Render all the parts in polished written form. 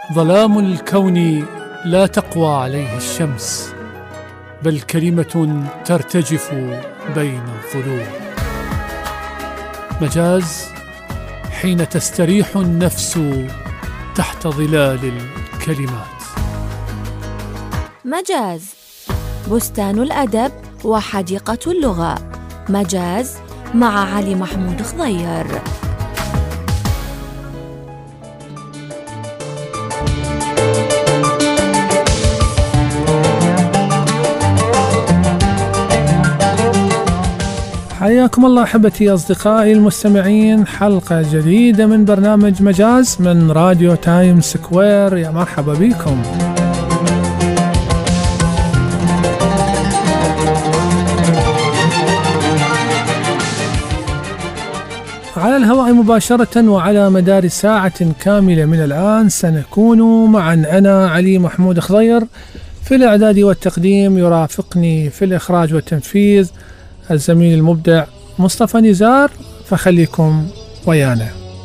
ظلام الكون لا تقوى عليه الشمس، بل كلمة ترتجف بين الظلوم. مجاز حين تستريح النفس تحت ظلال الكلمات. مجاز بستان الأدب وحديقة اللغة. مجاز مع علي محمود خضير. حياكم الله أحبتي أصدقائي المستمعين، حلقة جديدة من برنامج مجاز من راديو تايم سكوير. يا مرحبا بكم. على الهواء مباشرة وعلى مدار ساعة كاملة من الآن سنكون معا أنا علي محمود خضير في الإعداد والتقديم، يرافقني في الإخراج والتنفيذ الزميل المبدع مصطفى نزار، فخليكم ويانا.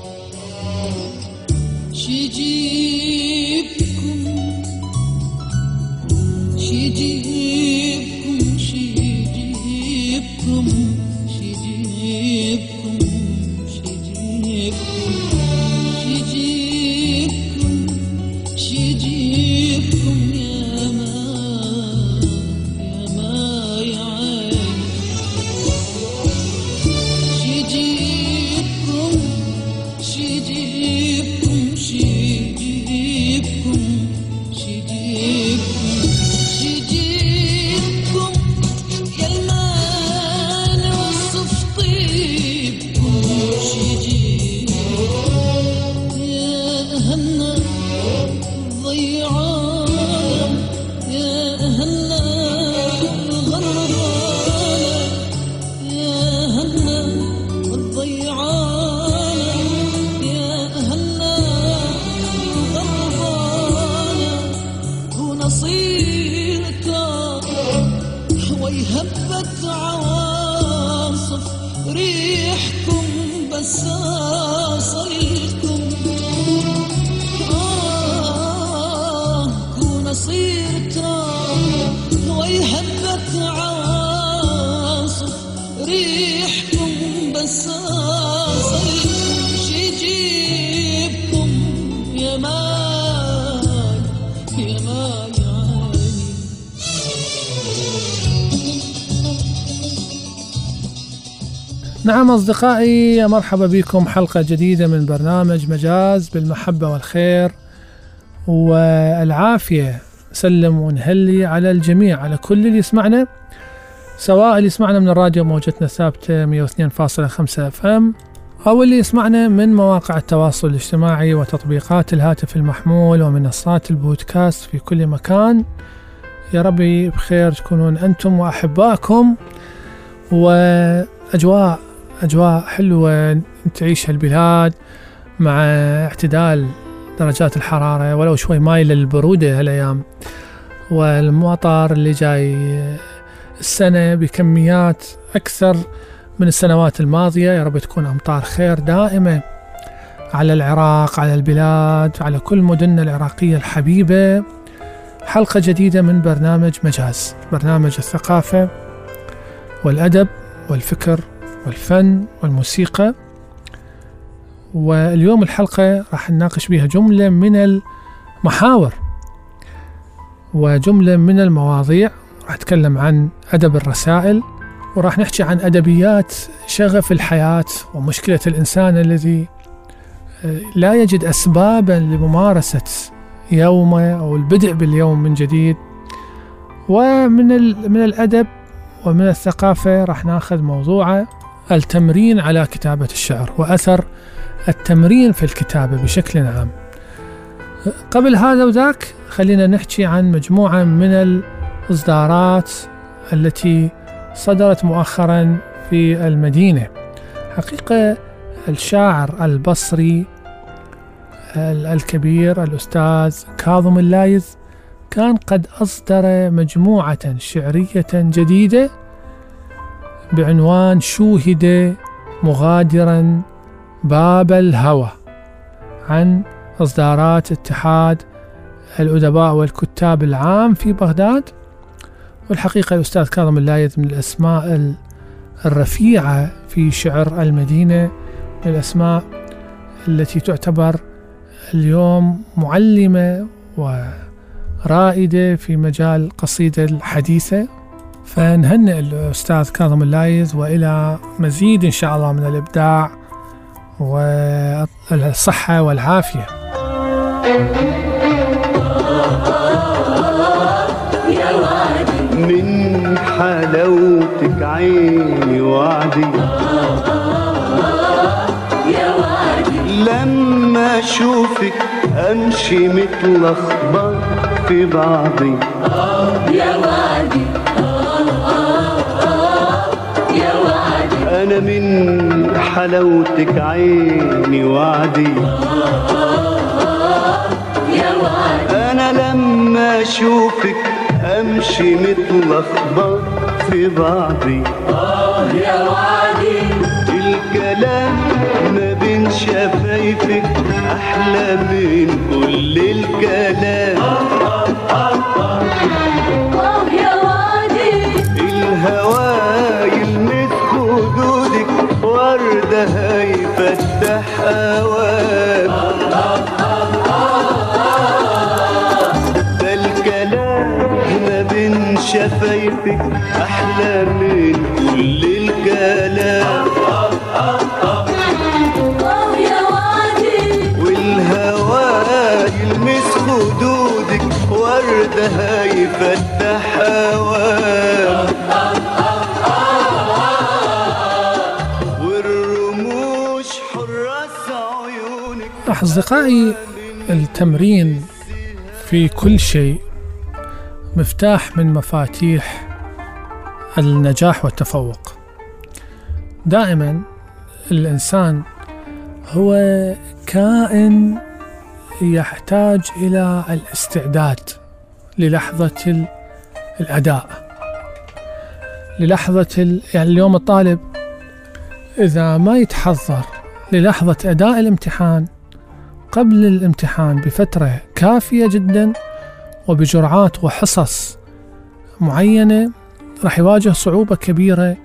نعم أصدقائي، يا مرحبا بكم، حلقة جديدة من برنامج مجاز بالمحبة والخير والعافية. سلم ونهلي على الجميع، على كل اللي يسمعنا، سواء اللي يسمعنا من الراديو موجتنا ثابتة 102.5 FM، أو اللي يسمعنا من مواقع التواصل الاجتماعي وتطبيقات الهاتف المحمول ومنصات البودكاست في كل مكان. يا ربي بخير تكونون أنتم وأحبائكم، وأجواء حلوة تعيشها البلاد مع اعتدال درجات الحرارة، ولو شوي مايل للبرودة هالأيام، والمطر اللي جاي السنة بكميات أكثر من السنوات الماضية. يا رب تكون أمطار خير دائمة على العراق، على البلاد، على كل مدننا العراقية الحبيبة. حلقة جديدة من برنامج مجاز، برنامج الثقافة والأدب والفكر والفن والموسيقى. واليوم الحلقة راح نناقش بها جملة من المحاور وجملة من المواضيع. راح نتكلم عن أدب الرسائل، وراح نحكي عن أدبيات شغف الحياة ومشكلة الإنسان الذي لا يجد أسبابا لممارسة يومه أو البدء باليوم من جديد. ومن الأدب ومن الثقافة راح ناخذ موضوع التمرين على كتابة الشعر وأثر التمرين في الكتابة بشكل عام. قبل هذا وذاك خلينا نحكي عن مجموعة من الإصدارات التي صدرت مؤخرا في المدينة. حقيقة الشاعر البصري الكبير الأستاذ كاظم اللايث كان قد أصدر مجموعة شعرية جديدة بعنوان شوهد مغادرا باب الهوى، عن إصدارات اتحاد الأدباء والكتاب العام في بغداد. والحقيقة الأستاذ كاظم اللايث من الأسماء الرفيعة في شعر المدينة، من الأسماء التي تعتبر اليوم معلمة ورائدة في مجال القصيدة الحديثة. فنهنئ الأستاذ كاظم اللايث وإلى مزيد إن شاء الله من الإبداع والصحة والعافية. من حلاوتك عيني وعدي لما اشوفك امشي متلخبط في بعضي يا وعدي يا وعدي. انا من حلاوتك عيني وعدي يا وعدي. انا لما اشوفك امشي متلخبط في بعضي يا وعدي. الكلام ما بين شفايفك احلى من كل الكلام يا وعدي. الهوى يلمس خدودك وردة يفتح هواك. ده الكلام ما بين شفايفك احلى من كل الكلام يا وعدي. والهوى يلمس خدودك وردة يفتح هواك. والرموش حراس عيونك. أصدقائي، التمرين في كل شيء مفتاح من مفاتيح النجاح والتفوق. دائما الإنسان هو كائن يحتاج إلى الاستعداد للحظة الأداء، للحظة يعني اليوم الطالب إذا ما يتحضر للحظة أداء الامتحان قبل الامتحان بفترة كافية جدا وبجرعات وحصص معينة راح يواجه صعوبة كبيرة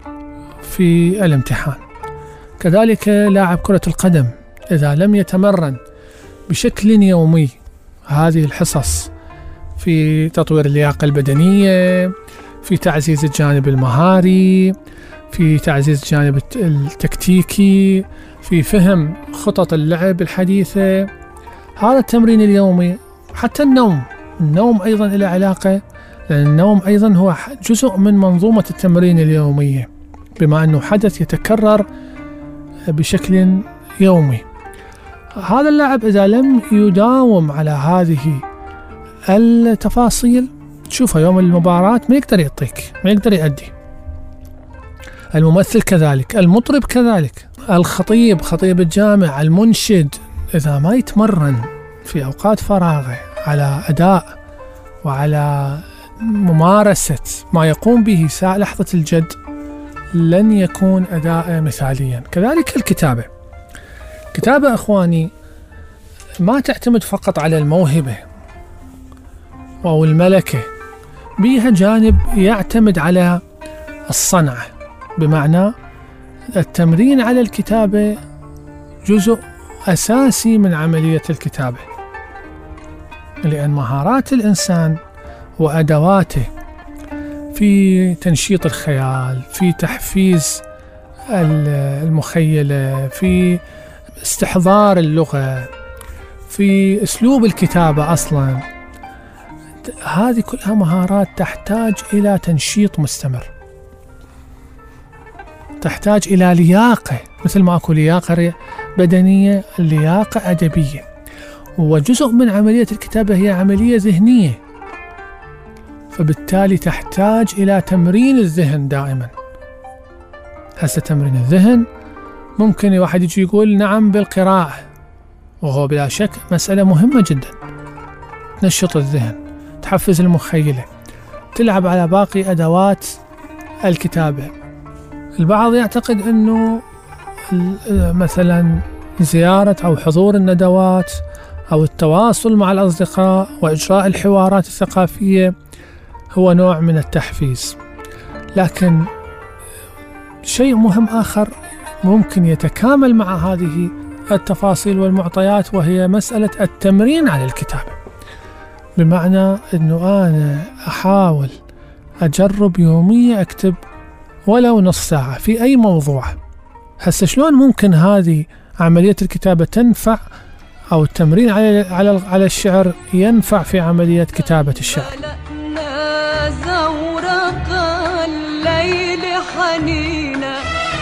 في الامتحان. كذلك لاعب كرة القدم إذا لم يتمرن بشكل يومي هذه الحصص في تطوير اللياقة البدنية، في تعزيز الجانب المهاري، في تعزيز الجانب التكتيكي، في فهم خطط اللعب الحديثة، هذا التمرين اليومي. حتى النوم أيضا له علاقة، لأن النوم أيضا هو جزء من منظومة التمرين اليومية بما أنه حدث يتكرر بشكل يومي. هذا اللاعب إذا لم يداوم على هذه التفاصيل تشوفه يوم المباراة ما يقدر يعطيك، ما يقدر يؤدي. الممثل كذلك، المطرب كذلك، الخطيب، خطيب الجامع، المنشد، إذا ما يتمرن في أوقات فراغه على أداء وعلى ممارسة ما يقوم به ساعة لحظة الجد لن يكون أداء مثاليا. كذلك الكتابة أخواني ما تعتمد فقط على الموهبة أو الملكة، بيها جانب يعتمد على الصنعة، بمعنى التمرين على الكتابة جزء أساسي من عملية الكتابة، لأن مهارات الإنسان وأدواته في تنشيط الخيال، في تحفيز المخيلة، في استحضار اللغة، في أسلوب الكتابة أصلا، هذه كلها مهارات تحتاج إلى تنشيط مستمر، تحتاج إلى لياقة، مثل ما أكو لياقة بدنية، لياقة أدبية. وجزء من عملية الكتابة هي عملية ذهنية، فبالتالي تحتاج إلى تمرين الذهن دائما. هسه تمرين الذهن ممكن واحد يجي يقول نعم بالقراءة، وهو بلا شك مسألة مهمة جدا، تنشط الذهن، تحفز المخيلة، تلعب على باقي أدوات الكتابة. البعض يعتقد أنه مثلا زيارة أو حضور الندوات أو التواصل مع الأصدقاء وإجراء الحوارات الثقافية هو نوع من التحفيز. لكن شيء مهم آخر ممكن يتكامل مع هذه التفاصيل والمعطيات، وهي مسألة التمرين على الكتابة. بمعنى أنه أنا أحاول أجرب يوميا أكتب ولو نص ساعة في أي موضوع. هسه شلون ممكن هذه عملية الكتابة تنفع، أو التمرين على الشعر ينفع في عملية كتابة الشعر؟ حنينا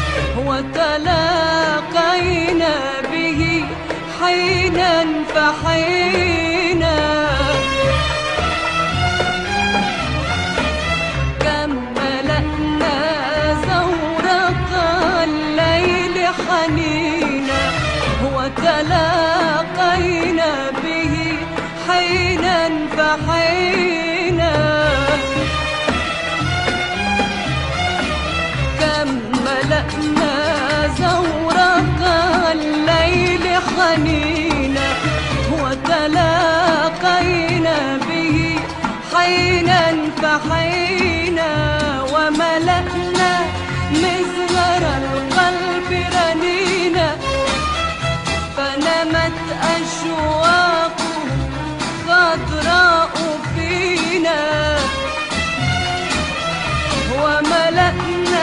وتلاقينا به حينا فحينا، كم ملأنا زورق الليل حنينا وتلاقينا به حينا فحينا، ملأنا زورق الليل حنينا وتلاقينا به حينا فحينا، وملأنا مزمر القلب رنينا فنمت أشواقه خضراء فينا، وملأنا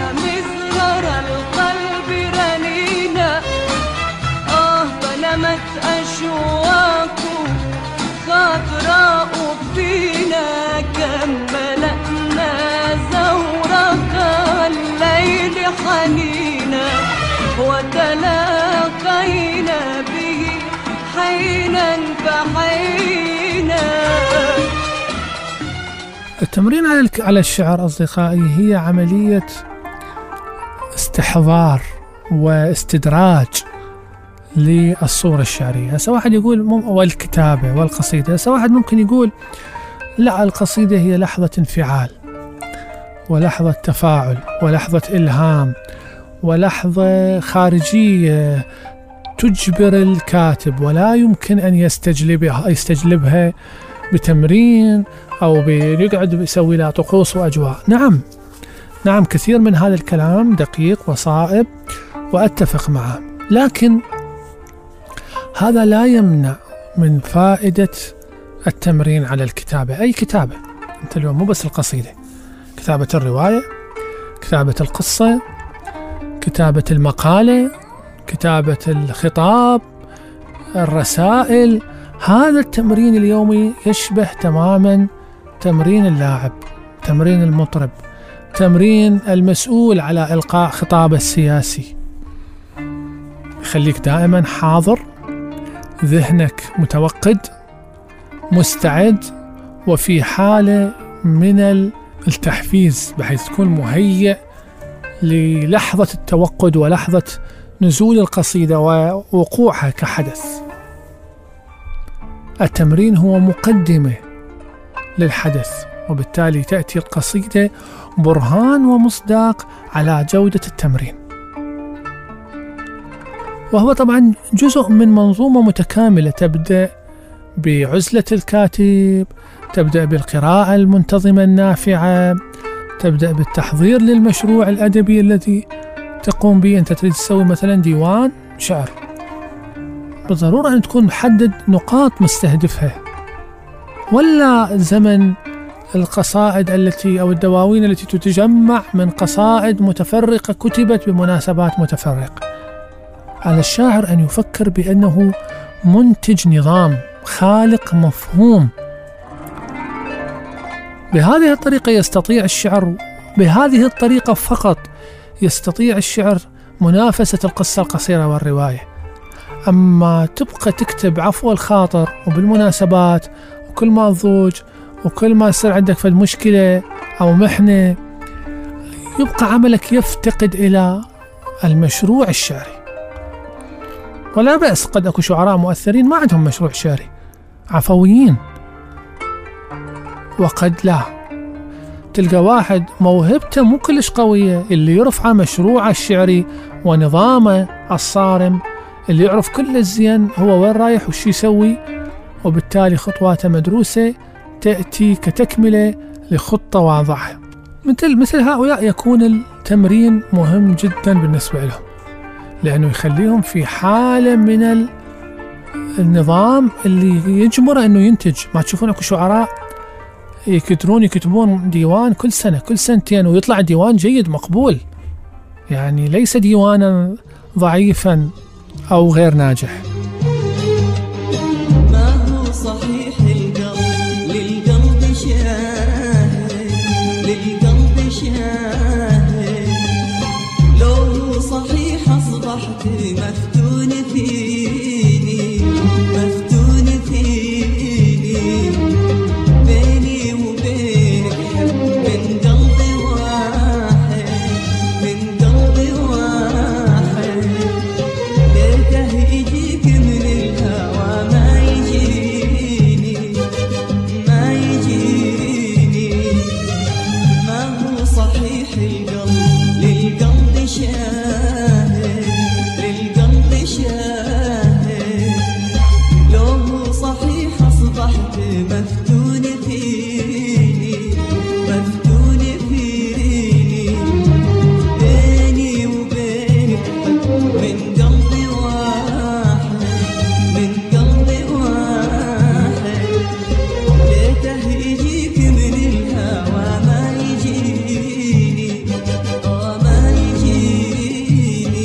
القلب رنينا فنمت أشواقه خضراء فينا، كم ملأنا زورق الليل حنينا وتلاقينا به حينا فحينا. التمرين على الشعر أصدقائي هي عملية استحضار واستدراج للصورة الشعرية. هسه واحد يقول والكتابة والقصيدة، هسه واحد ممكن يقول لا، القصيدة هي لحظة انفعال ولحظة تفاعل ولحظة إلهام ولحظة خارجية تجبر الكاتب، ولا يمكن أن يستجلبها بتمرين أو يقعد يسوي لها طقوس وأجواء. نعم كثير من هذا الكلام دقيق وصائب وأتفق معه، لكن هذا لا يمنع من فائدة التمرين على الكتابة. أي كتابة، أنت اليوم مو بس القصيدة، كتابة الرواية، كتابة القصة، كتابة المقالة، كتابة الخطاب، الرسائل. هذا التمرين اليومي يشبه تماما تمرين اللاعب، تمرين المطرب، تمرين المسؤول على إلقاء خطابه السياسي. يخليك دائما حاضر، ذهنك متوقد، مستعد، وفي حالة من التحفيز، بحيث تكون مهيئ للحظة التوقد ولحظة نزول القصيدة ووقوعها كحدث. التمرين هو مقدمة للحدث، وبالتالي تأتي القصيدة برهان ومصداق على جودة التمرين. وهو طبعا جزء من منظومة متكاملة تبدأ بعزلة الكاتب، تبدأ بالقراءة المنتظمة النافعة، تبدأ بالتحضير للمشروع الأدبي الذي تقوم به. أنت تريد تسوي مثلا ديوان شعر، بالضرورة أن تكون محدد نقاط مستهدفها، ولا زمن القصائد التي أو الدواوين التي تتجمع من قصائد متفرقة كتبت بمناسبات متفرقة. على الشاعر أن يفكر بأنه منتج نظام، خالق مفهوم. بهذه الطريقة يستطيع الشعر، بهذه الطريقة فقط يستطيع الشعر منافسة القصة القصيرة والرواية. أما تبقى تكتب عفو الخاطر وبالمناسبات، وكل ما تضوج وكل ما يصير عندك في المشكلة أو محنة، يبقى عملك يفتقد إلى المشروع الشعري. ولا بأس، قد أكو شعراء مؤثرين ما عندهم مشروع شعري، عفويين، وقد لا. تلقى واحد موهبته مو كلش قوية، اللي يرفع مشروعه الشعري ونظامه الصارم اللي يعرف كل الزين هو وين رايح وش يسوي، وبالتالي خطواته مدروسة تأتي كتكملة لخطة واضحة. مثل هؤلاء يكون التمرين مهم جدا بالنسبة لهم، لأنه يخليهم في حالة من النظام اللي يجبر أنه ينتج. ما تشوفون أكو شعراء يكتبون ديوان كل سنة كل سنتين ويطلع ديوان جيد مقبول، يعني ليس ديوانا ضعيفا أو غير ناجح. ما هو صحيح القلب للقلب شاهد، للقلب شاهد، لو هو صحيح أصبحت مفتون فيني، مفتون فيني، بيني وبينك من قلب واحد، من قلب واحد، ليته يجيك من الهوى ما يجيني، ما يجيني. ما هو صحيح القلب للقلب شاهد، للقلب شاهد، لو هو صحيح أصبحت مفتون فيني، مفتون فيني، بيني وبينك من قلب واحد، من قلب واحد، ليته يجيك من الهوى ما يجيني، ما يجيني.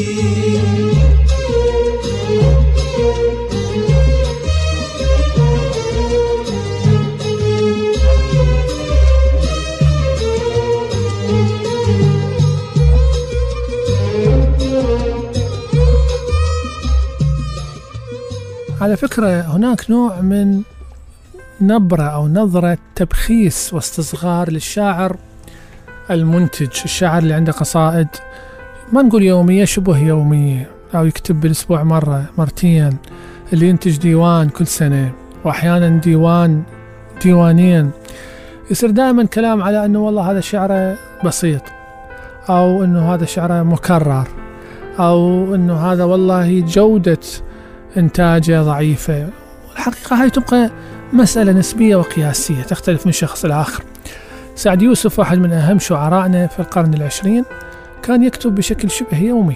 على فكرة هناك نوع من نبرة أو نظرة تبخيس واستصغار للشاعر المنتج، الشاعر اللي عنده قصائد ما نقول يومية، شبه يومية، أو يكتب بالأسبوع مرة مرتين، اللي ينتج ديوان كل سنة وأحيانا ديوانين. يصير دائما كلام على أنه والله هذا شعره بسيط، أو أنه هذا شعره مكرر، أو أنه هذا والله جودة إنتاجه ضعيفة. الحقيقة هاي تبقى مسألة نسبية وقياسية تختلف من شخص لآخر. سعد يوسف واحد من أهم شعرائنا في القرن العشرين كان يكتب بشكل شبه يومي،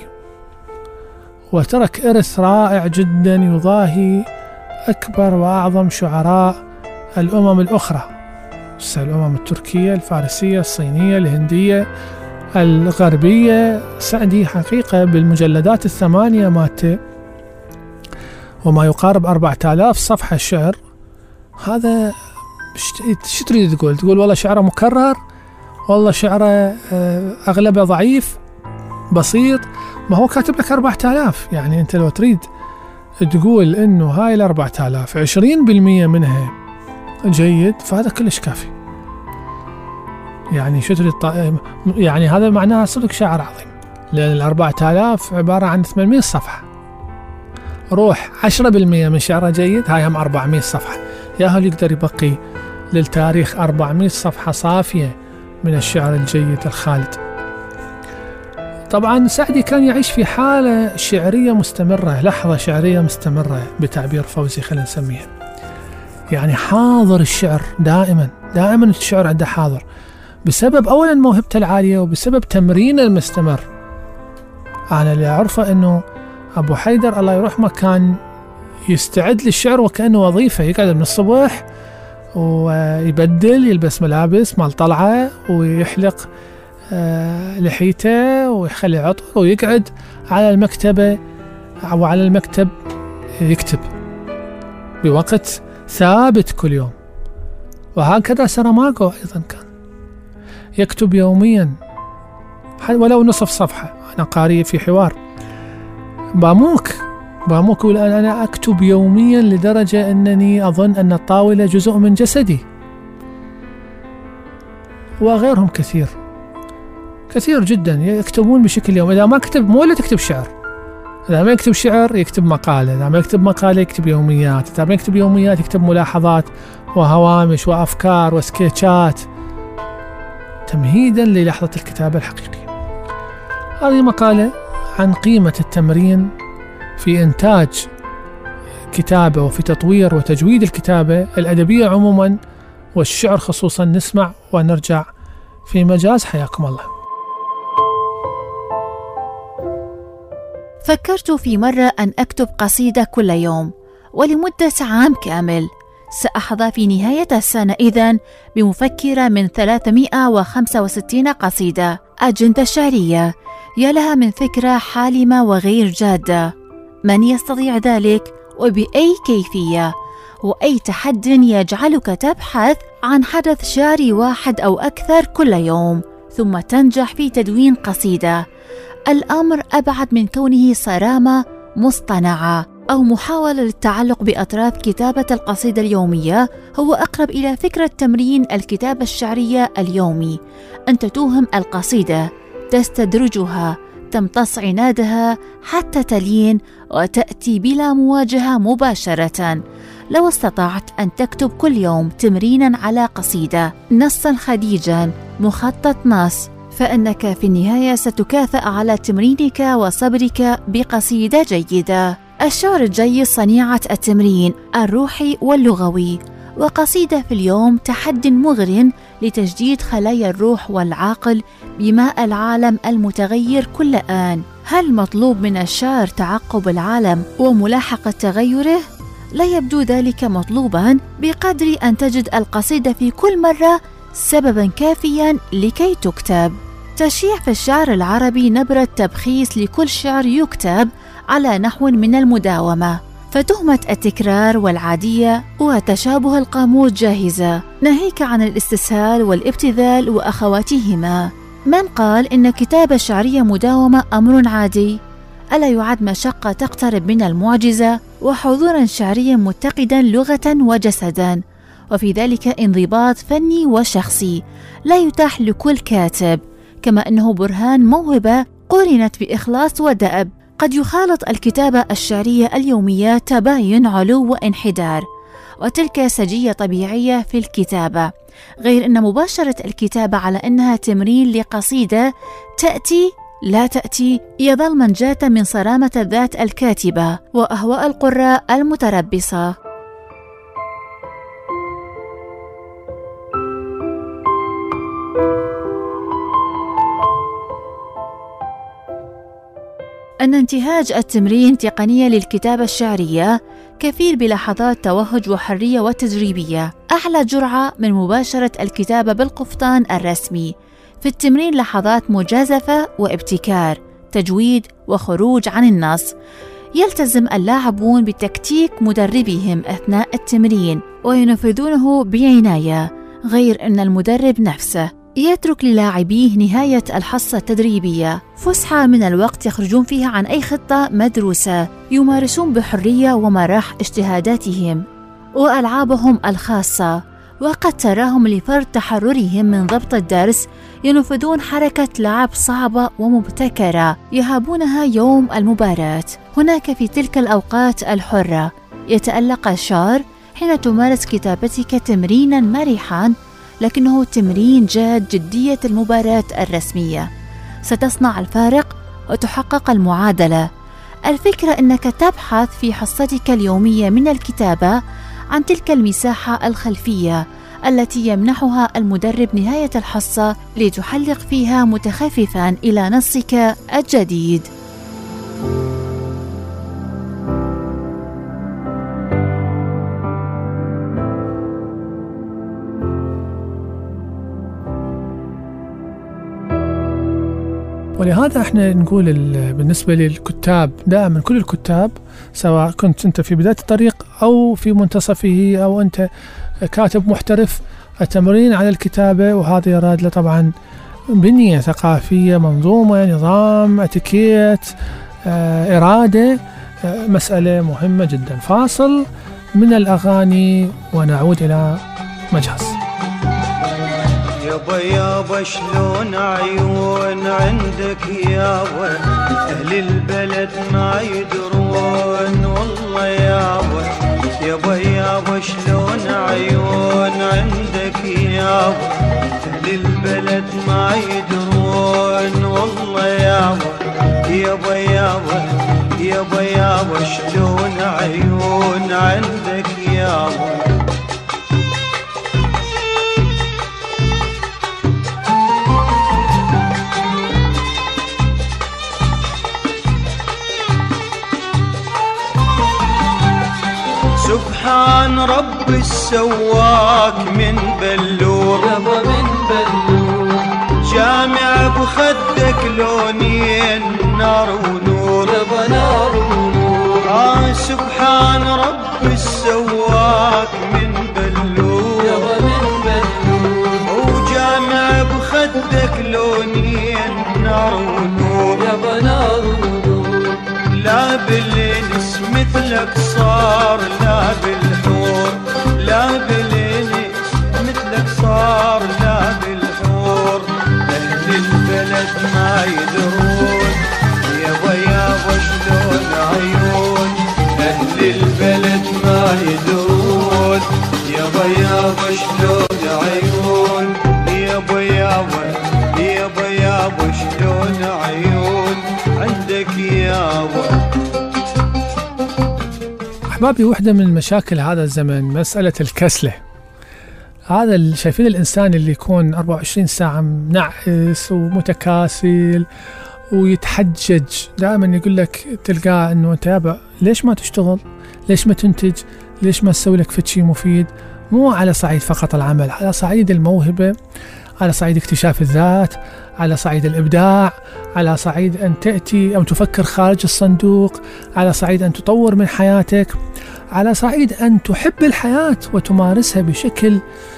وترك إرث رائع جدا يضاهي أكبر وأعظم شعراء الأمم الأخرى، الأمم التركية، الفارسية، الصينية، الهندية، الغربية. سعدي حقيقة بالمجلدات 8 مالته وما يقارب 4000 صفحة شعر. هذا شو تريد تقول؟ تقول والله شعره مكرر، والله شعره أغلبه ضعيف بسيط؟ ما هو كاتب لك 4000. يعني أنت لو تريد تقول إنه هاي 4000 20% منها جيد فهذا كلش كافي. يعني شو تريد يعني هذا معناها صدق شاعر عظيم، لأن 4000 عبارة عن 800 صفحة. روح 10% من شعره جيد، هاي هم 400 صفحة. يا هل يقدر يبقي للتاريخ 400 صفحة صافية من الشعر الجيد الخالد. طبعا سعدي كان يعيش في حالة شعرية مستمرة، لحظة شعرية مستمرة بتعبير فوزي خلينا نسميها. يعني حاضر الشعر دائما، دائما الشعر عنده حاضر، بسبب أولا موهبته العالية وبسبب تمرينه المستمر. أنا اللي أعرفه أنه أبو حيدر الله يرحمه كان يستعد للشعر وكأنه وظيفة، يقعد من الصبح ويبدل، يلبس ملابس مال طلعة ويحلق لحيته ويخلي عطر ويقعد على المكتبة أو على المكتب يكتب بوقت ثابت كل يوم. وهكذا سراماغو أيضا كان يكتب يوميا ولو نصف صفحة. أنا قارئ في حوار باموك يقول أنا أكتب يوميا لدرجة أنني أظن أن الطاولة جزء من جسدي. وغيرهم كثير جدا يكتبون بشكل يومي. إذا ما كتب مو لا تكتب شعر، إذا ما يكتب شعر يكتب مقالة، إذا ما يكتب مقالة يكتب يوميات، إذا ما يكتب يوميات يكتب ملاحظات وهوامش وأفكار وسكيتشات تمهيدا للحظة الكتابة الحقيقية. هذه مقالة عن قيمة التمرين في إنتاج كتابة وفي تطوير وتجويد الكتابة الأدبية عموما والشعر خصوصا. نسمع ونرجع في مجاز. حياكم الله. فكرت في مرة أن أكتب قصيدة كل يوم ولمدة عام كامل. سأحظى في نهاية السنة إذن بمفكرة من 365 قصيدة. أجندة شعرية يا لها من فكرة حالمة وغير جادة. من يستطيع ذلك وبأي كيفية؟ وأي تحد يجعلك تبحث عن حدث شعري واحد أو أكثر كل يوم ثم تنجح في تدوين قصيدة؟ الأمر أبعد من كونه صرامة مصطنعة أو محاولة للتعلق بأطراف كتابة القصيدة اليومية. هو أقرب إلى فكرة تمرين الكتابة الشعرية اليومي. أنت توهم القصيدة، تستدرجها، تمتص عنادها حتى تلين وتأتي بلا مواجهة مباشرة. لو استطعت أن تكتب كل يوم تمرينا على قصيدة، نصا خديجا، مخطط نص، فإنك في النهاية ستكافئ على تمرينك وصبرك بقصيدة جيدة. الشعر الجيد صنيعة التمرين الروحي واللغوي، وقصيدة في اليوم تحد مغر لتجديد خلايا الروح والعقل بماء العالم المتغير كل آن. هل مطلوب من الشاعر تعقب العالم وملاحقة تغيره؟ لا يبدو ذلك مطلوبا بقدر أن تجد القصيدة في كل مرة سببا كافيا لكي تكتب. تشيع في الشعر العربي نبرة تبخيس لكل شعر يكتب على نحو من المداومة، فتهمة التكرار والعادية وتشابه القاموس جاهزة، ناهيك عن الاستسهال والابتذال وأخواتهما. من قال إن كتابة شعرية مداومة أمر عادي؟ ألا يعد مشقة تقترب من المعجزة وحضورا شعريا متقدا لغة وجسدا، وفي ذلك انضباط فني وشخصي لا يتاح لكل كاتب، كما أنه برهان موهبة قرنت بإخلاص ودأب. قد يخالط الكتابة الشعرية اليومية تباين علو وانحدار، وتلك سجية طبيعية في الكتابة، غير أن مباشرة الكتابة على أنها تمرين لقصيدة تأتي لا تأتي يظل منجاة من صرامة الذات الكاتبة وأهواء القراء المتربصة. أن انتهاج التمرين تقنية للكتابة الشعرية كفيل بلحظات توهج وحرية وتجريبية، أعلى جرعة من مباشرة الكتابة بالقفطان الرسمي. في التمرين لحظات مجازفة وابتكار، تجويد وخروج عن النص. يلتزم اللاعبون بتكتيك مدربهم أثناء التمرين وينفذونه بعناية، غير أن المدرب نفسه يترك للاعبيه نهاية الحصة التدريبية فسحة من الوقت يخرجون فيها عن أي خطة مدروسة، يمارسون بحرية ومراح اجتهاداتهم وألعابهم الخاصة. وقد تراهم لفرط تحررهم من ضبط الدرس ينفذون حركة لعب صعبة ومبتكرة يهابونها يوم المباراة. هناك في تلك الأوقات الحرة يتألق الشعر حين تمارس كتابتك تمرينا مرحا، لكنه تمرين جاد جدية المباراة الرسمية. ستصنع الفارق وتحقق المعادلة. الفكرة أنك تبحث في حصتك اليومية من الكتابة عن تلك المساحة الخلفية التي يمنحها المدرب نهاية الحصة لتحلق فيها متخففا إلى نصك الجديد. ولهذا احنا نقول بالنسبة للكتاب دائما، كل الكتاب سواء كنت انت في بداية الطريق او في منتصفه او انت كاتب محترف، التمرين على الكتابة، وهذا يراد له طبعا بنية ثقافية منظومة، نظام، اتيكيت، إرادة، مسألة مهمة جدا. فاصل من الأغاني ونعود إلى مجهز. يابا يابا شلون عيون عندك يابا، أهل البلد ما يدرون والله يابا. يابا يابا شلون عيون عندك يابا، أهل البلد ما يدرون والله يابا. يابا يابا يابا يابا وشلون عيون عندك يابا. سبحان رب السواك من بلور يابا من بلور، جامع بخدك لونين نار ونور يابا نار ونور. سبحان رب السواك من بلور يابا من بلور، وجامع بخدك لونين نار ونور يابا نار ونور. لا بالانس مثلك صار لا بالحور، لا بالانس مثلك صار لا بالحور. اهل البلد ما يدرون يابا يابا شلون عيون، اهل البلد ما يدرون يابا يابا شلون عيون، يابا يابا يابا يابا شلون عيون عندك يابا. أحبابي، واحدة من مشاكل هذا الزمن مسألة الكسلة. هذا شايفين الإنسان اللي يكون 24 ساعة منعس ومتكاسل ويتحجج، دائما يقول لك تلقاه أنه أنت يابا ليش ما تشتغل، ليش ما تنتج، ليش ما تسوي لك شيء مفيد. مو على صعيد فقط العمل، على صعيد الموهبة، على صعيد اكتشاف الذات، على صعيد الإبداع، على صعيد أن تأتي أو تفكر خارج الصندوق، على صعيد أن تطور من حياتك، على صعيد أن تحب الحياة وتمارسها بشكل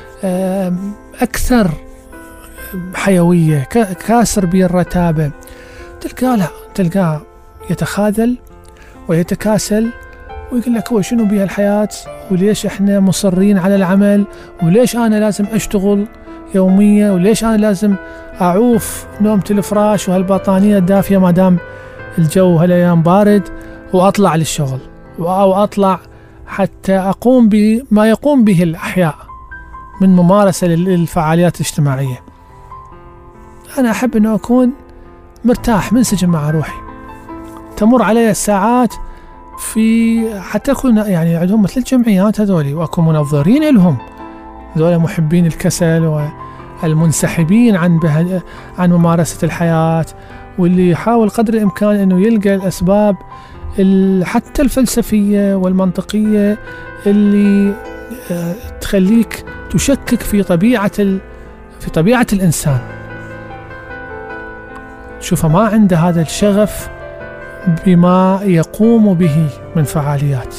أكثر حيوية، كاسر بالرتابة. تلقاه يتخاذل ويتكاسل ويقول لك هو شنو بها الحياة، وليش احنا مصرين على العمل، وليش أنا لازم أشتغل يومية، وليش أنا لازم أعوف نومة الفراش وهالبطانية الدافية ما دام الجو هالأيام بارد، وأطلع للشغل أو أطلع حتى أقوم بما يقوم به الأحياء من ممارسة للفعاليات الاجتماعية. أنا أحب أن أكون مرتاح منسجم مع روحي، تمر علي الساعات في حتى أكون يعني عندهم مثل الجمعيات هذولي وأكون منظرين لهم، هذول محبين الكسل والمنسحبين عن ممارسة الحياة، واللي يحاول قدر الإمكان أنه يلقى الأسباب حتى الفلسفية والمنطقية اللي تخليك تشكك في طبيعة الإنسان. شوف ما عنده هذا الشغف بما يقوم به من فعاليات.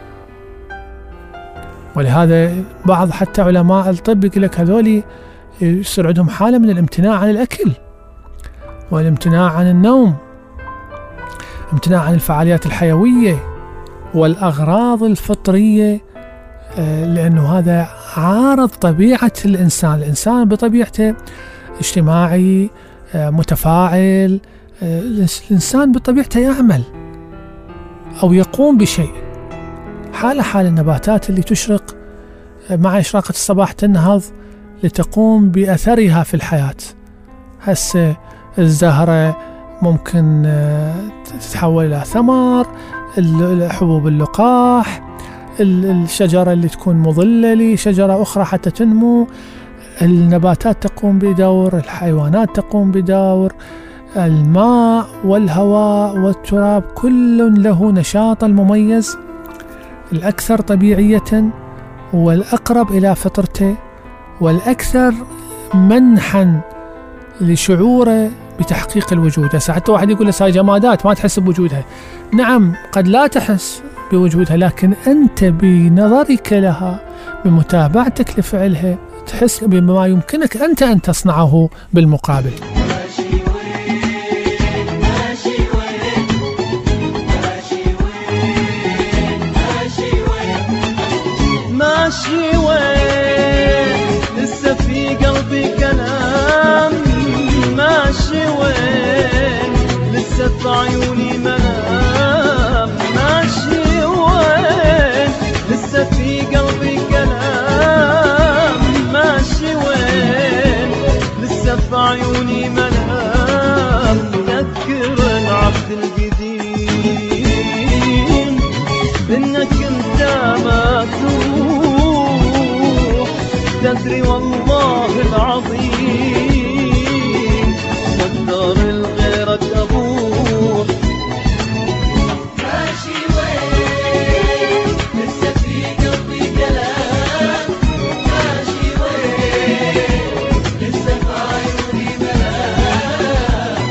ولهذا بعض حتى علماء الطب يقول لك هذولي يصير عندهم حالة من الامتناع عن الأكل والامتناع عن النوم، امتناع عن الفعاليات الحيوية والأغراض الفطرية، لأنه هذا عارض طبيعة الإنسان. الإنسان بطبيعته اجتماعي متفاعل، الإنسان بطبيعته يعمل أو يقوم بشيء. حال النباتات اللي تشرق مع إشراقة الصباح تنهض لتقوم بأثرها في الحياة. هسه الزهرة ممكن تتحول إلى ثمر، حبوب اللقاح، الشجرة اللي تكون مظلة لشجرة أخرى حتى تنمو، النباتات تقوم بدور، الحيوانات تقوم بدور، الماء والهواء والتراب كل له نشاط المميز الأكثر طبيعية والأقرب إلى فطرته والأكثر منحا لشعوره بتحقيق الوجود. حتى واحد يقول لك هاي جمادات ما تحس بوجودها، نعم قد لا تحس بوجودها، لكن أنت بنظرك لها بمتابعتك لفعلها تحس بما يمكنك أنت أن تصنعه بالمقابل. ماشي وين لسه في قلبي كلام، ماشي وين لسه في عيوني منام، ماشي وين لسه في قلبي كلام، ماشي وين لسه في عيوني منام. ذكر العهد القديم تدري والله العظيم قدر الغيرك أبوح. ماشي وين لسه في قلبي كلام، ماشي وين لسه في عيوني ملام،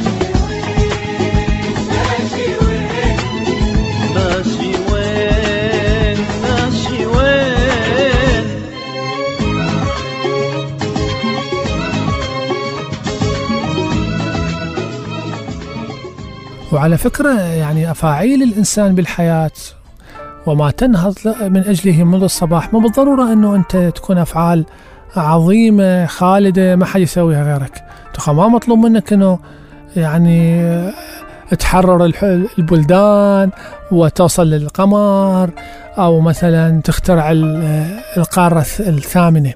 ماشي وين ماشي وين ماشي وين. وعلى فكرة يعني أفاعيل الإنسان بالحياة وما تنهض من أجله منذ الصباح مو بالضرورة أنه أنت تكون أفعال عظيمة خالدة ما حد يسويها غيرك. ما مطلوب منك أنه يعني تحرر البلدان وتوصل للقمر أو مثلا تخترع القارة الثامنة.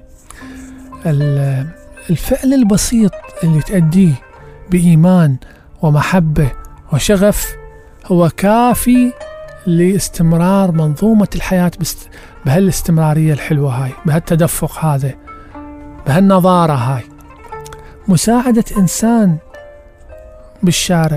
الفعل البسيط اللي تأديه بإيمان ومحبة وشغف هو كافي لاستمرار منظومة الحياة بهالاستمرارية الحلوة هاي، بهالتدفق هذا، بهالنظارة هاي. مساعدة إنسان بالشارع،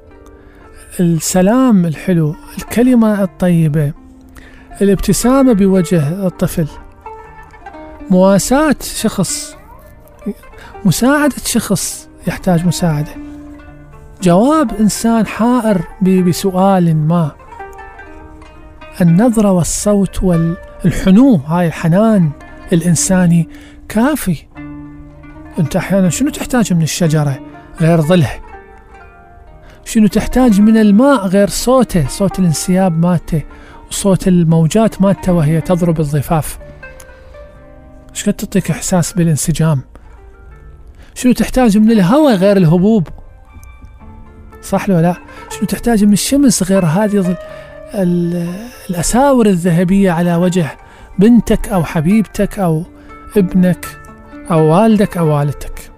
السلام الحلو، الكلمة الطيبة، الابتسامة بوجه الطفل، مواساة شخص، مساعدة شخص يحتاج مساعدة، جواب إنسان حائر بسؤال ما، النظرة والصوت والحنو، هاي الحنان الإنساني كافي. أنت أحيانا شنو تحتاج من الشجرة غير ظلها؟ شنو تحتاج من الماء غير صوته، صوت الانسياب مالته وصوت الموجات مالته وهي تضرب الضفاف؟ ايش قد تعطيك إحساس بالانسجام؟ شنو تحتاج من الهواء غير الهبوب؟ صح لو لا؟ شنو تحتاج من الشمس غير هذه الأساور الذهبية على وجه بنتك أو حبيبتك أو ابنك أو والدك أو والدتك؟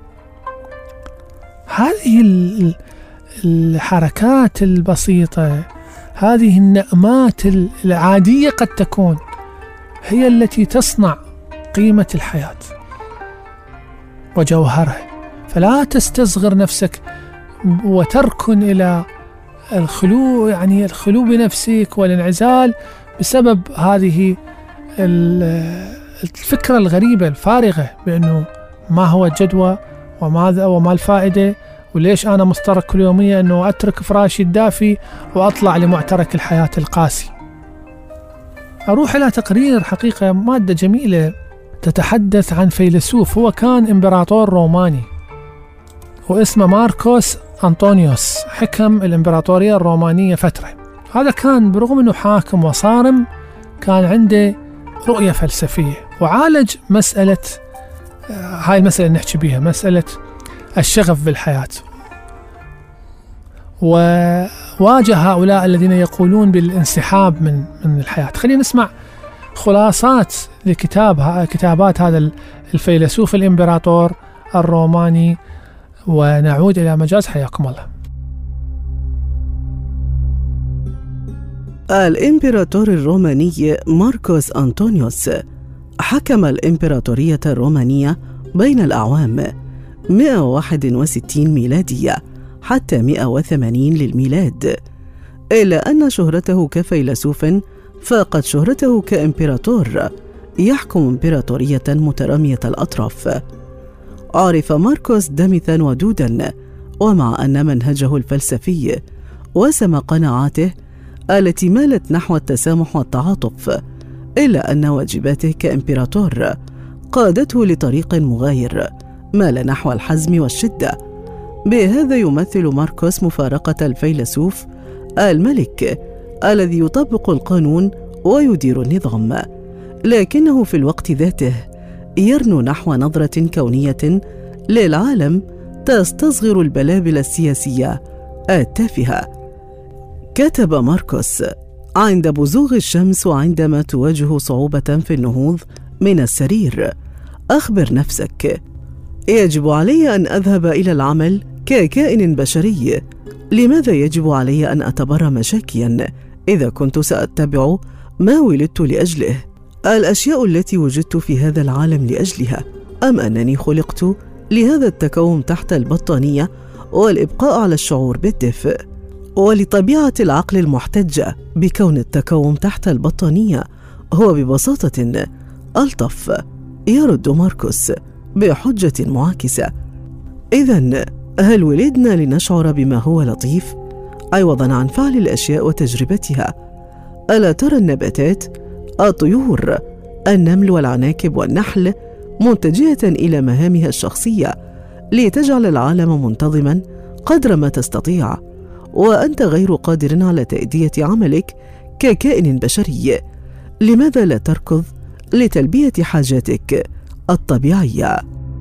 هذه الحركات البسيطة، هذه النغمات العادية قد تكون هي التي تصنع قيمة الحياة وجوهرها. فلا تستصغر نفسك وتركن إلى الخلو، يعني الخلو بنفسك والانعزال بسبب هذه الفكرة الغريبة الفارغة بأنه ما هو الجدوى وماذا وما الفائدة، وليش أنا مضطر كل يومية أنه أترك فراشي الدافي وأطلع لمعترك الحياة القاسي. أروح إلى تقرير حقيقة مادة جميلة تتحدث عن فيلسوف هو كان إمبراطور روماني واسمه ماركوس أنطونيوس، حكم الإمبراطورية الرومانية فترة. هذا كان برغم أنه حاكم وصارم كان عنده رؤية فلسفية وعالج مسألة، هاي المسألة اللي نحكي بيها، مسألة الشغف بالحياة، وواجه هؤلاء الذين يقولون بالانسحاب من الحياة. خلينا نسمع خلاصات كتابات هذا الفيلسوف الإمبراطور الروماني ونعود إلى مجاز. حياكم الله. الإمبراطور الروماني ماركوس أنطونيوس حكم الإمبراطورية الرومانية بين الأعوام 161 ميلادية حتى 180 للميلاد، إلا أن شهرته كفيلسوف فاقت شهرته كإمبراطور يحكم إمبراطورية مترامية الأطراف. عرف ماركوس دمثا ودودا، ومع أن منهجه الفلسفي وسم قناعاته التي مالت نحو التسامح والتعاطف، إلا أن واجباته كإمبراطور قادته لطريق مغاير مال نحو الحزم والشدة. بهذا يمثل ماركوس مفارقة الفيلسوف الملك الذي يطبق القانون ويدير النظام، لكنه في الوقت ذاته يرنو نحو نظرة كونية للعالم تستصغر البلابل السياسية التافهة. كتب ماركوس: عند بزوغ الشمس وعندما تواجه صعوبة في النهوض من السرير، أخبر نفسك: يجب علي أن أذهب إلى العمل ككائن بشري. لماذا يجب علي أن أتبرم شاكيا إذا كنت سأتبع ما ولدت لأجله؟ الأشياء التي وجدت في هذا العالم لأجلها، أم أنني خلقت لهذا التكوم تحت البطانية والإبقاء على الشعور بالدفء؟ ولطبيعة العقل المحتجة بكون التكوم تحت البطانية هو ببساطة ألطف، يرد ماركوس بحجة معاكسة. إذن هل ولدنا لنشعر بما هو لطيف عوضاً عن فعل الأشياء وتجربتها؟ ألا ترى النباتات، الطيور، النمل والعناكب والنحل متجهة إلى مهامها الشخصية لتجعل العالم منتظماً قدر ما تستطيع، وأنت غير قادر على تأدية عملك ككائن بشري؟ لماذا لا تركض لتلبية حاجاتك الطبيعية؟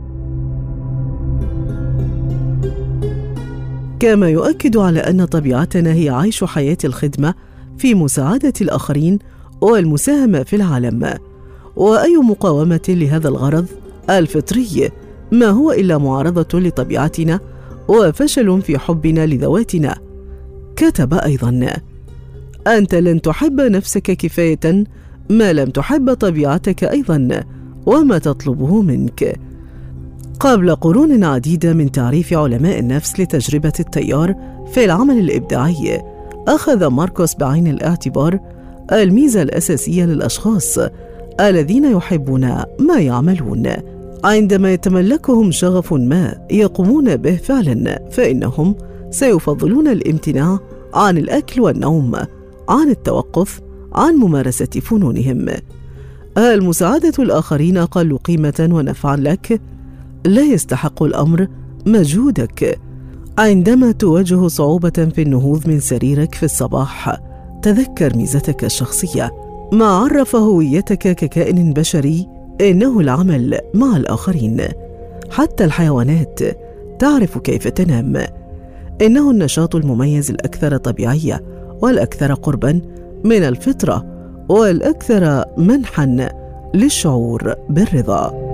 كما يؤكد على أن طبيعتنا هي عيش حياة الخدمة في مساعدة الآخرين والمساهمة في العالم، وأي مقاومة لهذا الغرض الفطري ما هو إلا معارضة لطبيعتنا وفشل في حبنا لذواتنا. كتب أيضاً: أنت لن تحب نفسك كفاية ما لم تحب طبيعتك أيضاً وما تطلبه منك. قبل قرون عديدة من تعريف علماء النفس لتجربة التيار في العمل الإبداعي، أخذ ماركوس بعين الاعتبار الميزة الأساسية للأشخاص الذين يحبون ما يعملون. عندما يتملكهم شغف ما يقومون به فعلا، فإنهم سيفضلون الامتناع عن الأكل والنوم، عن التوقف عن ممارسة فنونهم. هل مساعدة الآخرين أقل قيمة ونفعا لك؟ لا يستحق الأمر مجهودك. عندما تواجه صعوبة في النهوض من سريرك في الصباح، تذكر ميزتك الشخصية. ما عرف هويتك ككائن بشري إنه العمل مع الآخرين. حتى الحيوانات تعرف كيف تنام. إنه النشاط المميز الأكثر طبيعية والأكثر قربا من الفطرة والأكثر منحا للشعور بالرضا.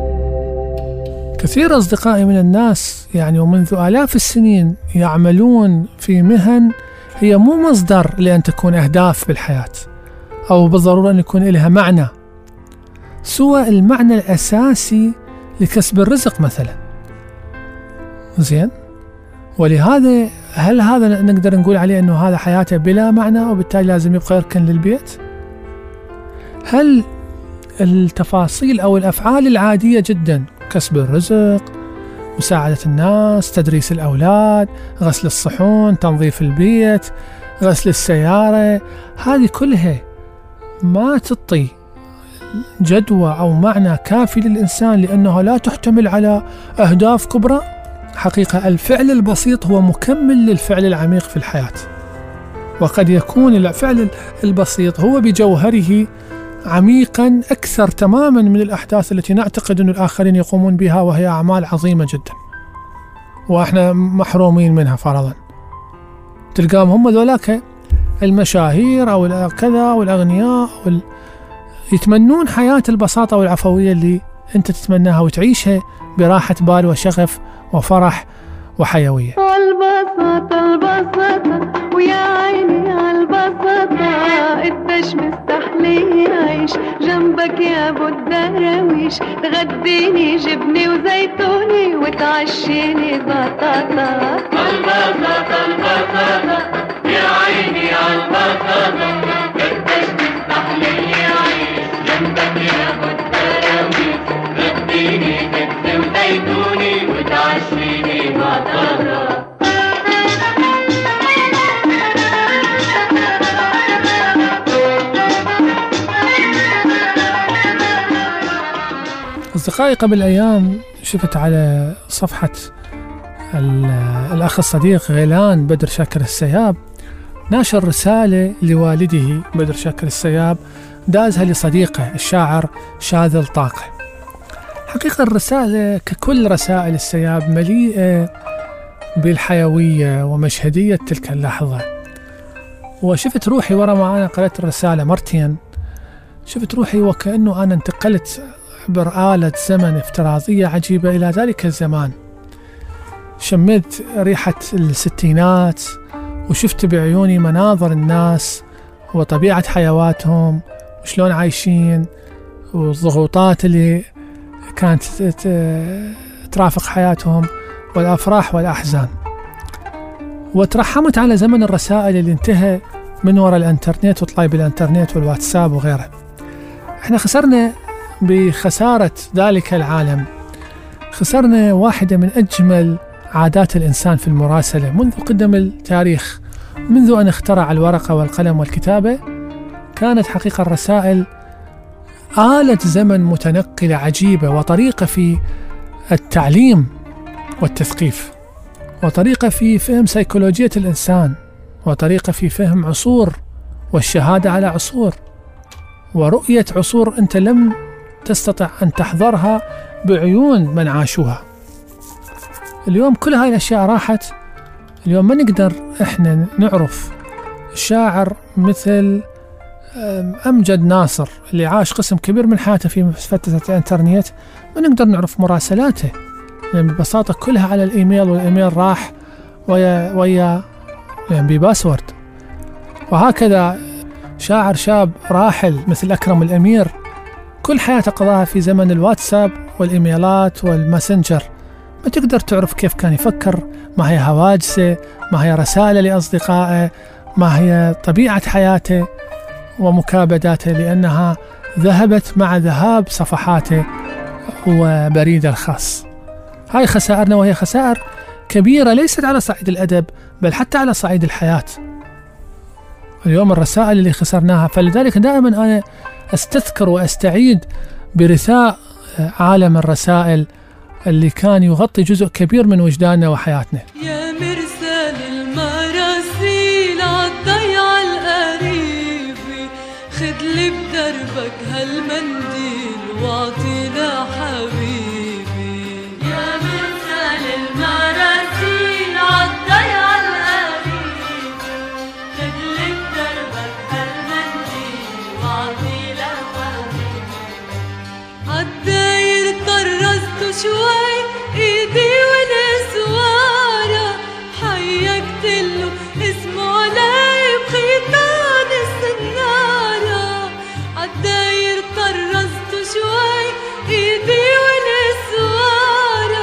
كثير أصدقائي من الناس ومنذ آلاف السنين يعملون في مهن هي مو مصدر لأن تكون أهداف بالحياة أو بالضرورة أن يكون لها معنى سوى المعنى الأساسي لكسب الرزق مثلا. زين، ولهذا هل هذا نقدر نقول عليه أنه هذا حياته بلا معنى وبالتالي لازم يبقى يركن للبيت؟ هل التفاصيل أو الأفعال العادية جدا، كسب الرزق، مساعدة الناس، تدريس الأولاد، غسل الصحون، تنظيف البيت، غسل السيارة، هذه كلها ما تعطي جدوى أو معنى كافي للإنسان لأنها لا تحتمل على أهداف كبرى؟ حقيقة الفعل البسيط هو مكمل للفعل العميق في الحياة، وقد يكون الفعل البسيط هو بجوهره عميقا أكثر تماما من الأحداث التي نعتقد أن الآخرين يقومون بها، وهي أعمال عظيمة جدا وإحنا محرومين منها. فرضا تلقاهم هم ذولاك المشاهير أو كذا والأغنياء يتمنون حياة البساطة والعفوية اللي أنت تتمناها وتعيشها براحة بال وشغف وفرح وحيوية. البساطة البساطة ويا عيني عالبساطة، قديش مستحلي عيش جنبك يا ابو الدراويش، تغديني جبني وزيتوني وتعشيني بطاطا. البساطة البساطة يا عيني عالبساطة، قديش مستحلي عيش جنبك يا ابو الدراويش، تغديني جبني وزيتوني وتعشيني بطاطا. أصدقائي، قبل أيام شفت على صفحة الأخ الصديق غيلان بدر شاكر السياب ناشر رسالة لوالده بدر شاكر السياب دازها لصديقه الشاعر شاذل طاقة. حقيقة الرسالة ككل رسائل السياب مليئة بالحيوية ومشهدية تلك اللحظة، وشفت روحي ورا ما أنا قرأت الرسالة مرتين، شفت روحي وكأنه أنا انتقلت عبر آلة زمن افتراضية عجيبة إلى ذلك الزمان. شميت ريحة الستينات وشفت بعيوني مناظر الناس وطبيعة حيواتهم وشلون عايشين، والضغوطات اللي كانت ترافق حياتهم، والأفراح والأحزان. وترحمت على زمن الرسائل اللي انتهى من وراء الانترنت وطلاب الانترنت والواتساب وغيره. احنا خسرنا بخسارة ذلك العالم، خسرنا واحدة من أجمل عادات الإنسان في المراسلة منذ قدم التاريخ. منذ أن اخترع الورقة والقلم والكتابة كانت حقيقة الرسائل آلة زمن متنقلة عجيبة، وطريقة في التعليم والتثقيف، وطريقة في فهم سيكولوجية الإنسان، وطريقة في فهم عصور والشهادة على عصور، ورؤية عصور أنت لم تستطع أن تحضرها بعيون من عاشوها. اليوم كل هاي الأشياء راحت. اليوم ما نقدر إحنا نعرف شاعر مثل أمجد ناصر اللي عاش قسم كبير من حياته في فترة الإنترنت، ما نقدر نعرف مراسلاته، لأن ببساطة كلها على الإيميل، والإيميل راح ويا بباسورد. وهكذا شاعر شاب راحل مثل أكرم الأمير كل حياته قضاها في زمن الواتساب والإيميلات والماسنجر. ما تقدر تعرف كيف كان يفكر، ما هي هواجسه، ما هي رسالة لأصدقائه، ما هي طبيعة حياته ومكابداته، لأنها ذهبت مع ذهاب صفحاته وبريده الخاص. هاي خسائرنا، وهي خسائر كبيرة ليست على صعيد الأدب بل حتى على صعيد الحياة. اليوم الرسائل اللي خسرناها، فلذلك دائما أنا أستذكر وأستعيد برثاء عالم الرسائل اللي كان يغطي جزء كبير من وجداننا وحياتنا. يا مرسال المراسيل عالضيعة القريبة، خدلي بدربك هالمنديل واعطينا حبيبي. يا مرسال المراسيل عالضيعة القريبة، خدلي بدربك هالمنديل واعطينا حبيبي. عالداير طرزت شوي ايدي والاسوارة، حيكتله اسمه علي بخيطان السنارة. عالداير طرزت شوي ايدي والاسوارة،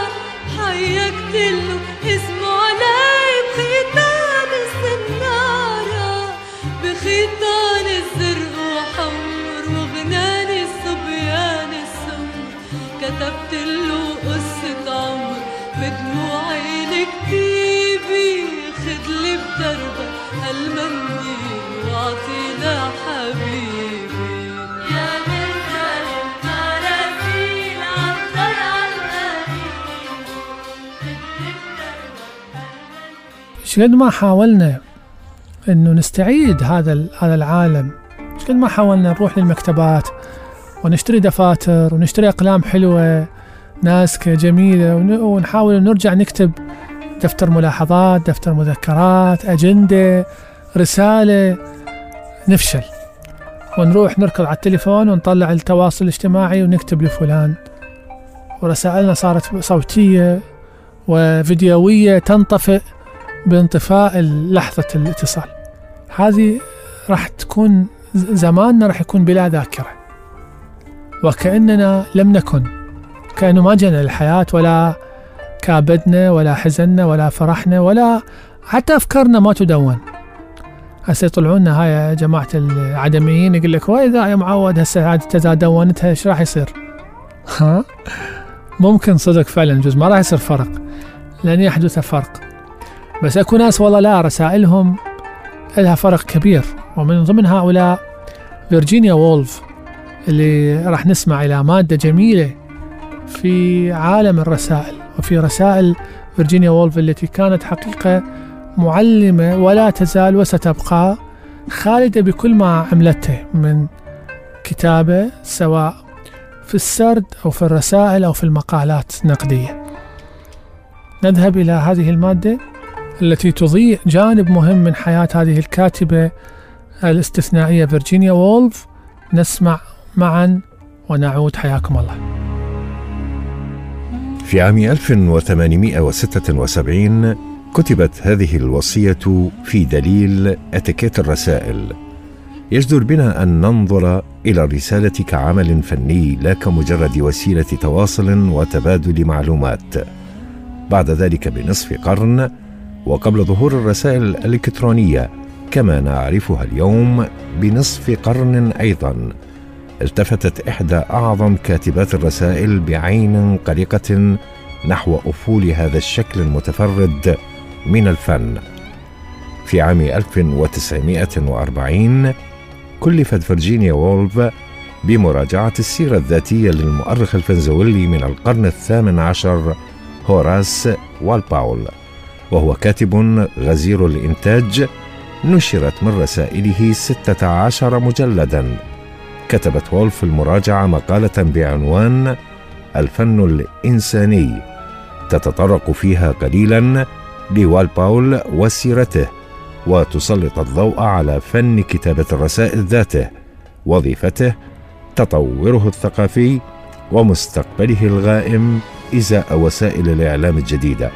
حيكتله اسمه علي بخيطان السنارة. بخيطان الزرق وحمر وغنان الصبيان السمر، كتبت له قصة عمر بدموعي لكتيبي. خدلي بدربك هالمنديل واعطينا حبيبي. يا مرسال المراسيل عالضيعة القريبة، خدلي بدربك هالمنديل. شقد ما حاولنا إنه نستعيد هذا العالم، شقد ما حاولنا نروح للمكتبات ونشتري دفاتر ونشتري أقلام حلوة ناسكة جميلة، ونحاول نرجع نكتب دفتر ملاحظات، دفتر مذكرات، أجندة، رسالة، نفشل. ونروح نركض على التليفون ونطلع التواصل الاجتماعي ونكتب لفلان، ورسائلنا صارت صوتية وفيديوية تنطفئ بانطفاء لحظة الاتصال. هذه راح تكون زماننا، راح يكون بلا ذاكرة، وكأننا لم نكن، كأنه ما جينا للحياة، ولا كابدنا ولا حزننا ولا فرحنا ولا حتى أفكارنا ما تدون. هسه يطلعونا هاي يا جماعة العدميين يقول لك وإذا يا معود هسه إذا دونتها إيش راح يصير؟ ها ممكن صدق فعلا جزء ما راح يصير فرق، لن يحدث فرق. بس أكو ناس والله لا، رسائلهم لها فرق كبير، ومن ضمن هؤلاء فيرجينيا وولف اللي راح نسمع إلى مادة جميلة في عالم الرسائل. وفي رسائل فيرجينيا وولف التي كانت حقيقة معلمة ولا تزال وستبقى خالدة بكل ما عملته من كتابة، سواء في السرد أو في الرسائل أو في المقالات النقدية. نذهب إلى هذه المادة التي تضيء جانب مهم من حياة هذه الكاتبة الاستثنائية فيرجينيا وولف. نسمع معا ونعود. حياكم الله. في عام 1876 كتبت هذه الوصية في دليل اتيكيت الرسائل: يجدر بنا أن ننظر إلى الرسالة كعمل فني لا كمجرد وسيلة تواصل وتبادل معلومات. بعد ذلك بنصف قرن، وقبل ظهور الرسائل الإلكترونية كما نعرفها اليوم بنصف قرن أيضا، التفتت إحدى أعظم كاتبات الرسائل بعين قلقة نحو أفول هذا الشكل المتفرد من الفن. في عام 1940 كلفت فيرجينيا وولف بمراجعة السيرة الذاتية للمؤرخ الفنزويلي من القرن الثامن عشر هوراس والباول، وهو كاتب غزير الإنتاج. نشرت من رسائله 16 مجلدا. كتبت وولف في المراجعة مقالة بعنوان الفن الإنساني، تتطرق فيها قليلا لوالباول وسيرته، وتسلط الضوء على فن كتابة الرسائل ذاته، وظيفته، تطوره الثقافي، ومستقبله الغائم إزاء وسائل الإعلام الجديدة.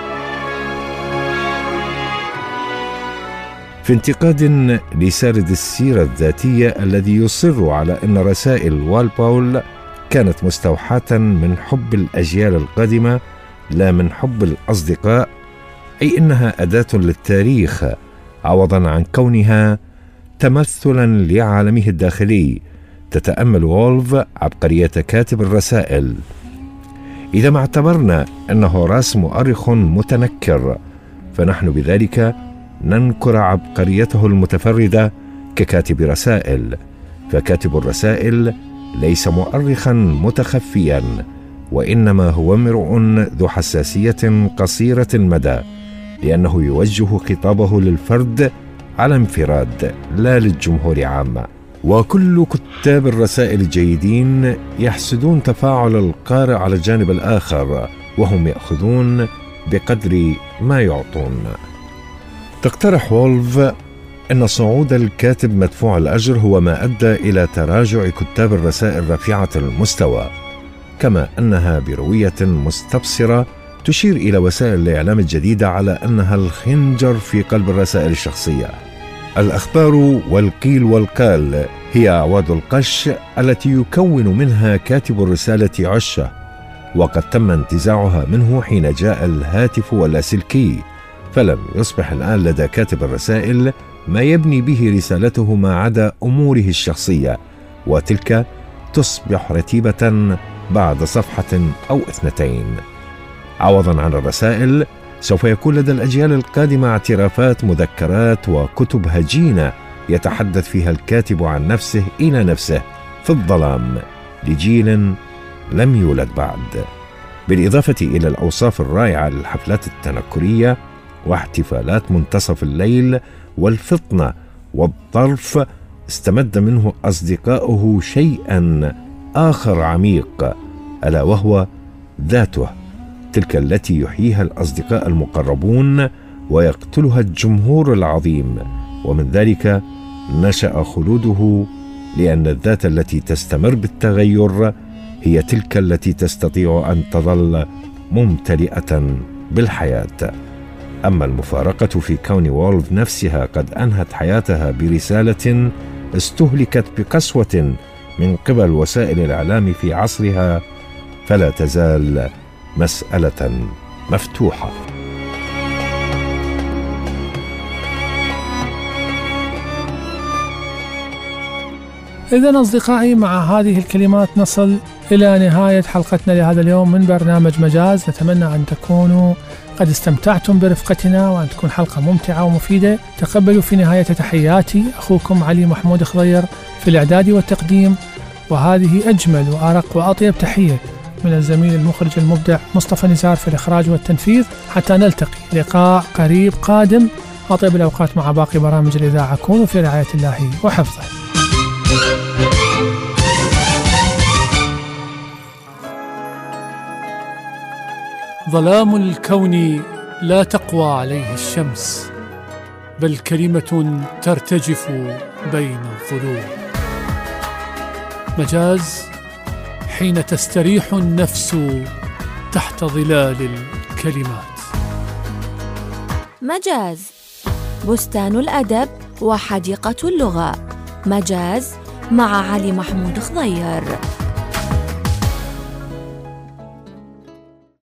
في انتقاد لسارد السيرة الذاتية الذي يصر على أن رسائل والباول كانت مستوحاة من حب الأجيال القادمة لا من حب الأصدقاء، أي إنها أداة للتاريخ عوضا عن كونها تمثلا لعالمه الداخلي، تتأمل وولف عبقرية كاتب الرسائل. إذا ما اعتبرنا أن هوراس مؤرخ متنكر، فنحن بذلك ننكر عبقريته المتفردة ككاتب رسائل، فكاتب الرسائل ليس مؤرخا متخفيا، وإنما هو امرؤ ذو حساسية قصيرة المدى، لأنه يوجه خطابه للفرد على انفراد لا للجمهور عامة. وكل كتاب الرسائل الجيدين يحسدون تفاعل القارئ على الجانب الآخر، وهم يأخذون بقدر ما يعطون. تقترح وولف أن صعود الكاتب مدفوع الأجر هو ما أدى إلى تراجع كتاب الرسائل رفيعة المستوى، كما أنها بروية مستبصرة تشير إلى وسائل الإعلام الجديدة على أنها الخنجر في قلب الرسائل الشخصية. الأخبار والقيل والقال هي أعواد القش التي يكون منها كاتب الرسالة عشة، وقد تم انتزاعها منه حين جاء الهاتف واللاسلكي، فلم يصبح الآن لدى كاتب الرسائل ما يبني به رسالته ما عدا أموره الشخصية، وتلك تصبح رتيبة بعد صفحة أو اثنتين. عوضا عن الرسائل سوف يكون لدى الأجيال القادمة اعترافات، مذكرات، وكتب هجينة يتحدث فيها الكاتب عن نفسه إلى نفسه في الظلام لجيل لم يولد بعد، بالإضافة إلى الأوصاف الرائعة للحفلات التنكرية واحتفالات منتصف الليل والفطنة والظرف. استمد منه أصدقاؤه شيئا آخر عميق، ألا وهو ذاته، تلك التي يحييها الأصدقاء المقربون ويقتلها الجمهور العظيم، ومن ذلك نشأ خلوده، لأن الذات التي تستمر بالتغير هي تلك التي تستطيع أن تظل ممتلئة بالحياة. أما المفارقة في كون وولف نفسها قد أنهت حياتها برسالة استهلكت بقسوة من قبل وسائل الإعلام في عصرها، فلا تزال مسألة مفتوحة. إذن أصدقائي، مع هذه الكلمات نصل إلى نهاية حلقتنا لهذا اليوم من برنامج مجاز. نتمنى أن تكونوا قد استمتعتم برفقتنا وأن تكون حلقة ممتعة ومفيدة. تقبلوا في نهاية تحياتي أخوكم علي محمود خضير في الإعداد والتقديم، وهذه أجمل وأرق وأطيب تحية من الزميل المخرج المبدع مصطفى نزار في الإخراج والتنفيذ. حتى نلتقي لقاء قريب قادم، أطيب الأوقات مع باقي برامج الإذاعة. كونوا في رعاية الله وحفظه. ظلام الكون لا تقوى عليه الشمس، بل كلمة ترتجف بين الظلوم. مجاز حين تستريح النفس تحت ظلال الكلمات. مجاز، بستان الأدب وحديقة اللغة. مجاز مع علي محمود خضير.